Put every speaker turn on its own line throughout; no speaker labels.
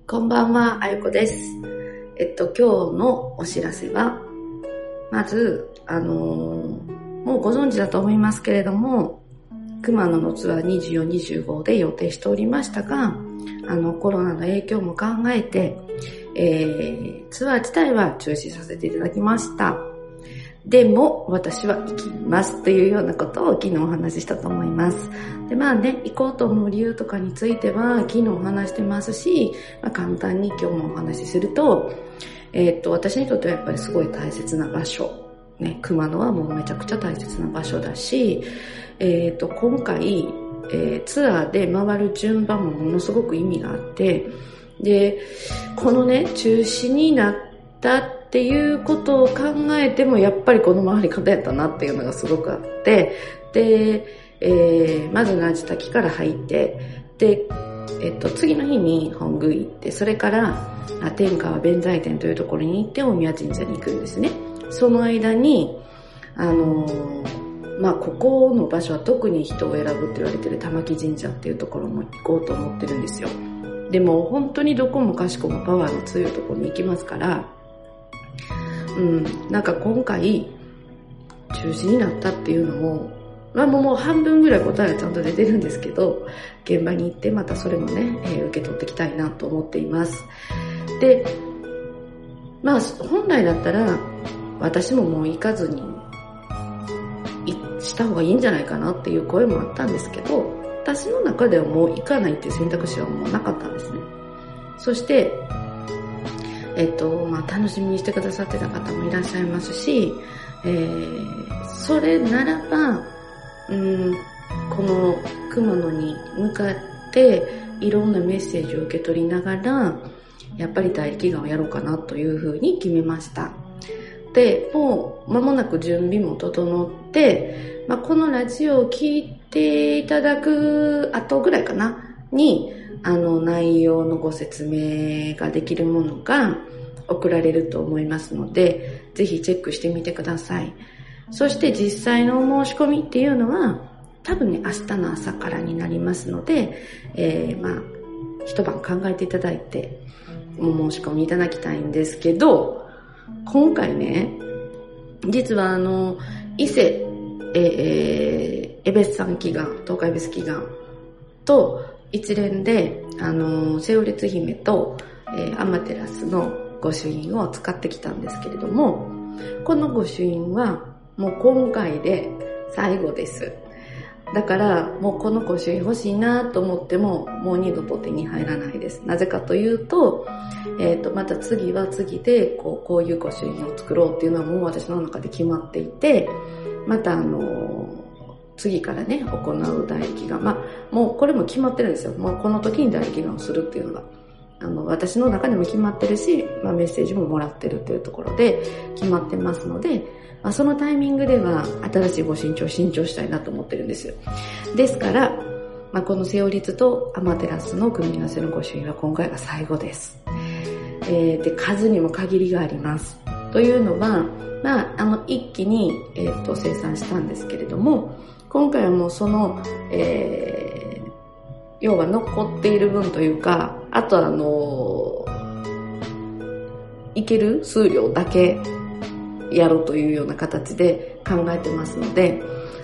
こんばんは、あゆこです。今日のお知らせは、まず、もうご存知だと思いますけれども、熊野のツアー24、25で予定しておりましたが、コロナの影響も考えて、ツアー自体は中止させていただきました。でも、私は行きますというようなことを昨日お話ししたと思います。で、行こうと思う理由とかについては、昨日お話してますし、簡単に今日もお話しすると、私にとってはやっぱりすごい大切な場所。ね、熊野はもうめちゃくちゃ大切な場所だし、今回、ツアーで回る順番もものすごく意味があって、で、このね、中止になったっていうことを考えても、やっぱりこの回り方やったなっていうのがすごくあって、で、まず那智滝から入って、で、次の日に本宮行って、それから天川弁財天というところに行って大宮神社に行くんですね。その間に、ここの場所は特に人を選ぶって言われてる玉木神社っていうところも行こうと思ってるんですよ。でも本当にどこもかしこもパワーの強いところに行きますから、今回中止になったっていうのも、もう半分ぐらい答えがちゃんと出てるんですけど、現場に行ってまたそれもね、受け取っていきたいなと思っています。で、本来だったら私ももう行かずにした方がいいんじゃないかなっていう声もあったんですけど、私の中ではもう行かないっていう選択肢はもうなかったんですね。そして、楽しみにしてくださってた方もいらっしゃいますし、それならば、この熊野に向かっていろんなメッセージを受け取りながら、やっぱり大祈願をやろうかなというふうに決めました。で、もう間もなく準備も整って、このラジオを聞いていただく後ぐらいかなに、内容のご説明ができるものが送られると思いますので、ぜひチェックしてみてください。そして実際の申し込みっていうのは、多分ね、明日の朝からになりますので、一晩考えていただいて、お申し込みいただきたいんですけど、今回ね、実は伊勢、江別山祈願、東海別祈願と一連で、瀬尾律姫と、天照の御朱印を使ってきたんですけれども、この御朱印はもう今回で最後です。だからもうこの御朱印欲しいなと思ってももう二度と手に入らないです。なぜかというと、また次は次でこういう御朱印を作ろうっていうのはもう私の中で決まっていて、また次からね行う代祈願、もうこれも決まってるんですよ。もうこの時に代祈願をするっていうのが私の中でも決まってるし、メッセージももらってるっていうところで決まってますので、そのタイミングでは新しいご新調したいなと思ってるんですよ。ですから、この瀬尾律と天照の組み合わせの御朱印は今回が最後です。で、数にも限りがあります。というのは、一気に、生産したんですけれども、今回はもうその、要は残っている分というか、あといける数量だけやろうというような形で考えてますので、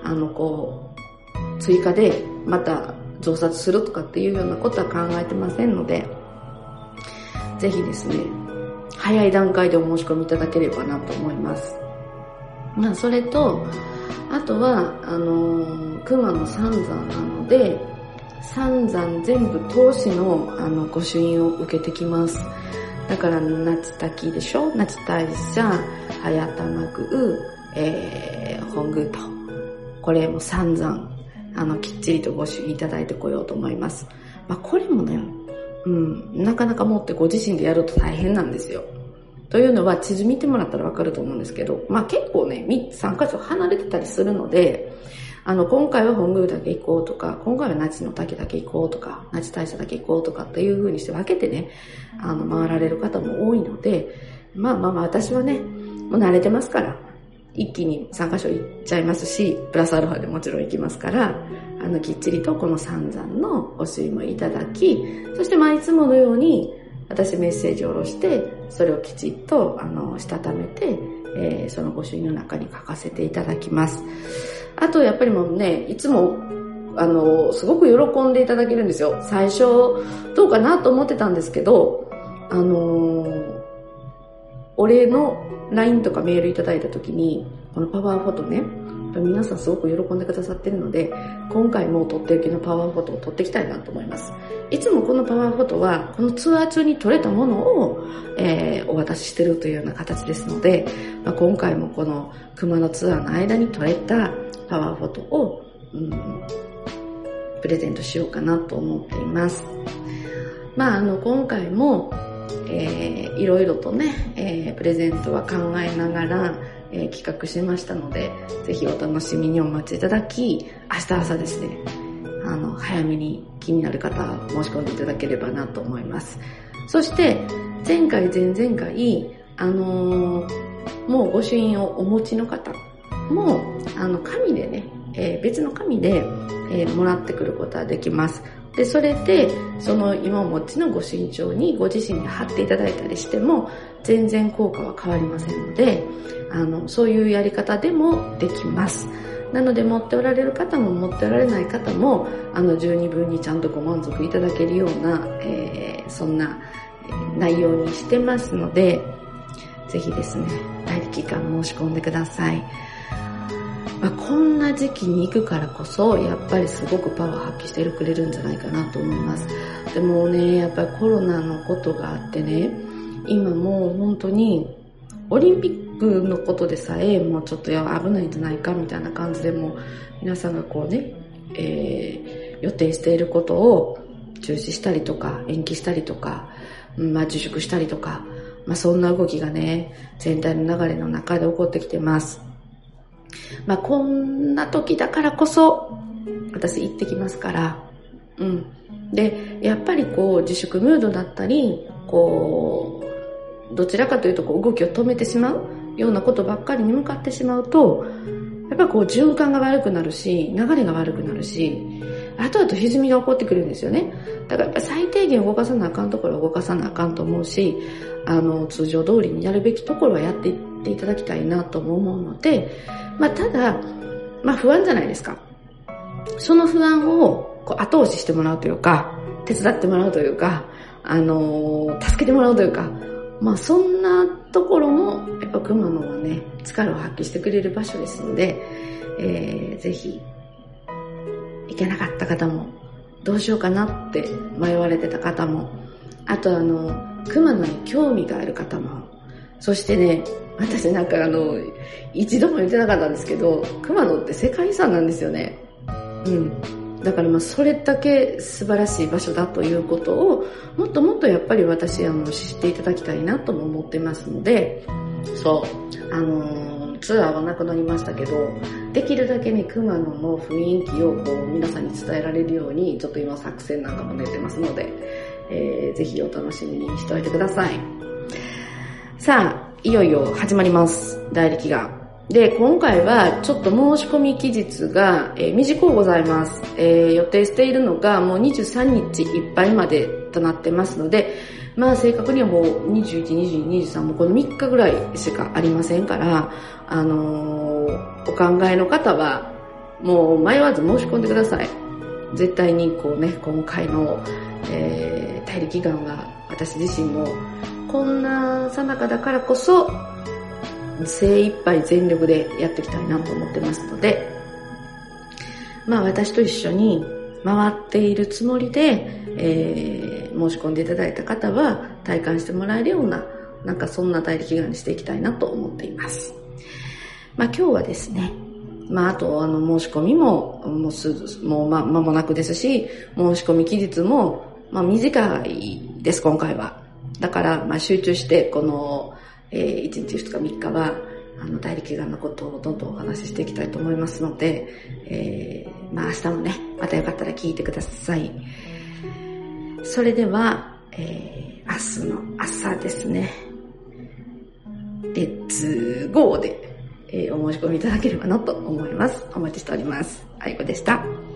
追加でまた増刷するとかっていうようなことは考えてませんので、ぜひですね、早い段階でお申し込みいただければなと思います。それと、あとは、熊野三山なので、三山全部通しの御朱印を受けてきます。だから那智滝でしょ、那智大社、早玉宮、本宮と、これも三山きっちりと御朱印いただいてこようと思います。これもね、なかなか持ってご自身でやると大変なんですよ。というのは地図見てもらったらわかると思うんですけど、結構ね3カ所離れてたりするので、今回は本宮だけ行こうとか、今回は那智の滝だけ行こうとか、那智大社だけ行こうとかっていう風にして分けてね、回られる方も多いので、私はね、もう慣れてますから、一気に3カ所行っちゃいますし、プラスアルファでもちろん行きますから、きっちりとこの三山の御朱印もいただき、そしていつものように、 私メッセージを下ろして、それをきちっと、したためて、その御朱印の中に書かせていただきます。あと、やっぱりもうね、いつも、すごく喜んでいただけるんですよ。最初、どうかなと思ってたんですけど、お礼の LINE とかメールいただいた時に、このパワーフォトね、皆さんすごく喜んでくださってるので、今回も撮っておきのパワーフォトを撮っていきたいなと思います。いつもこのパワーフォトは、このツアー中に撮れたものを、お渡ししてるというような形ですので、今回もこの熊野ツアーの間に撮れたパワーフォトを、プレゼントしようかなと思っています。今回も、いろいろとね、プレゼントは考えながら、企画しましたので、ぜひお楽しみにお待ちいただき、明日朝ですね、早めに気になる方は申し込んでいただければなと思います。そして、前回、前々回、もう御朱印をお持ちの方も、紙でね、別の紙で、もらってくることはできます。で、それで、その今お持ちの御朱印帳にご自身で貼っていただいたりしても、全然効果は変わりませんので、そういうやり方でもできます。なので、持っておられる方も持っておられない方も、十二分にちゃんとご満足いただけるような、そんな内容にしてますので、ぜひですね、代理期間申し込んでください。こんな時期に行くからこそ、やっぱりすごくパワー発揮してくれるんじゃないかなと思います。でもね、やっぱりコロナのことがあってね、今もう本当に、オリンピックのことでさえ、もうちょっと危ないんじゃないかみたいな感じでも、皆さんがこうね、予定していることを中止したりとか、延期したりとか、自粛したりとか、そんな動きがね、全体の流れの中で起こってきてます。こんな時だからこそ、私行ってきますから。で、やっぱり自粛ムードだったり、どちらかというと動きを止めてしまうようなことばっかりに向かってしまうと、やっぱ循環が悪くなるし、流れが悪くなるし、後々歪みが起こってくるんですよね。だからやっぱ最低限動かさなあかんところは動かさなあかんと思うし、通常通りにやるべきところはやっていっていただきたいなとも思うので、ただ、不安じゃないですか。その不安を後押ししてもらうというか、手伝ってもらうというか、助けてもらうというか、そんなところも、やっぱ熊野はね、力を発揮してくれる場所ですので、ぜひ、行けなかった方も、どうしようかなって迷われてた方も、あと熊野に興味がある方も、そしてね、私一度も言ってなかったんですけど、熊野って世界遺産なんですよね。だからそれだけ素晴らしい場所だということを、もっともっとやっぱり私知っていただきたいなとも思ってますので、ツアーはなくなりましたけど、できるだけね、熊野の雰囲気を皆さんに伝えられるように、ちょっと今作戦なんかも練ってますので、ぜひお楽しみにしておいてください。さあ、いよいよ始まります。代理期間。で、今回はちょっと申し込み期日が、短くございます。予定しているのがもう23日いっぱいまでとなってますので、正確にはもう21、22、23もこの3日ぐらいしかありませんから、お考えの方はもう迷わず申し込んでください。絶対に今回の、代理期間は私自身もこんなさなかだからこそ精一杯全力でやっていきたいなと思ってますので、私と一緒に回っているつもりで、申し込んでいただいた方は体感してもらえるような、そんな代理期間にしていきたいなと思っています。今日はですね、あと申し込みももう間もなくですし、申し込み期日も短いです、今回は。だから集中してこの1日2日3日は代理期間のことをどんどんお話ししていきたいと思いますので、明日もね、またよかったら聞いてください。それでは、明日の朝ですね、レッツゴーで、お申し込みいただければなと思います。お待ちしております。あいこでした。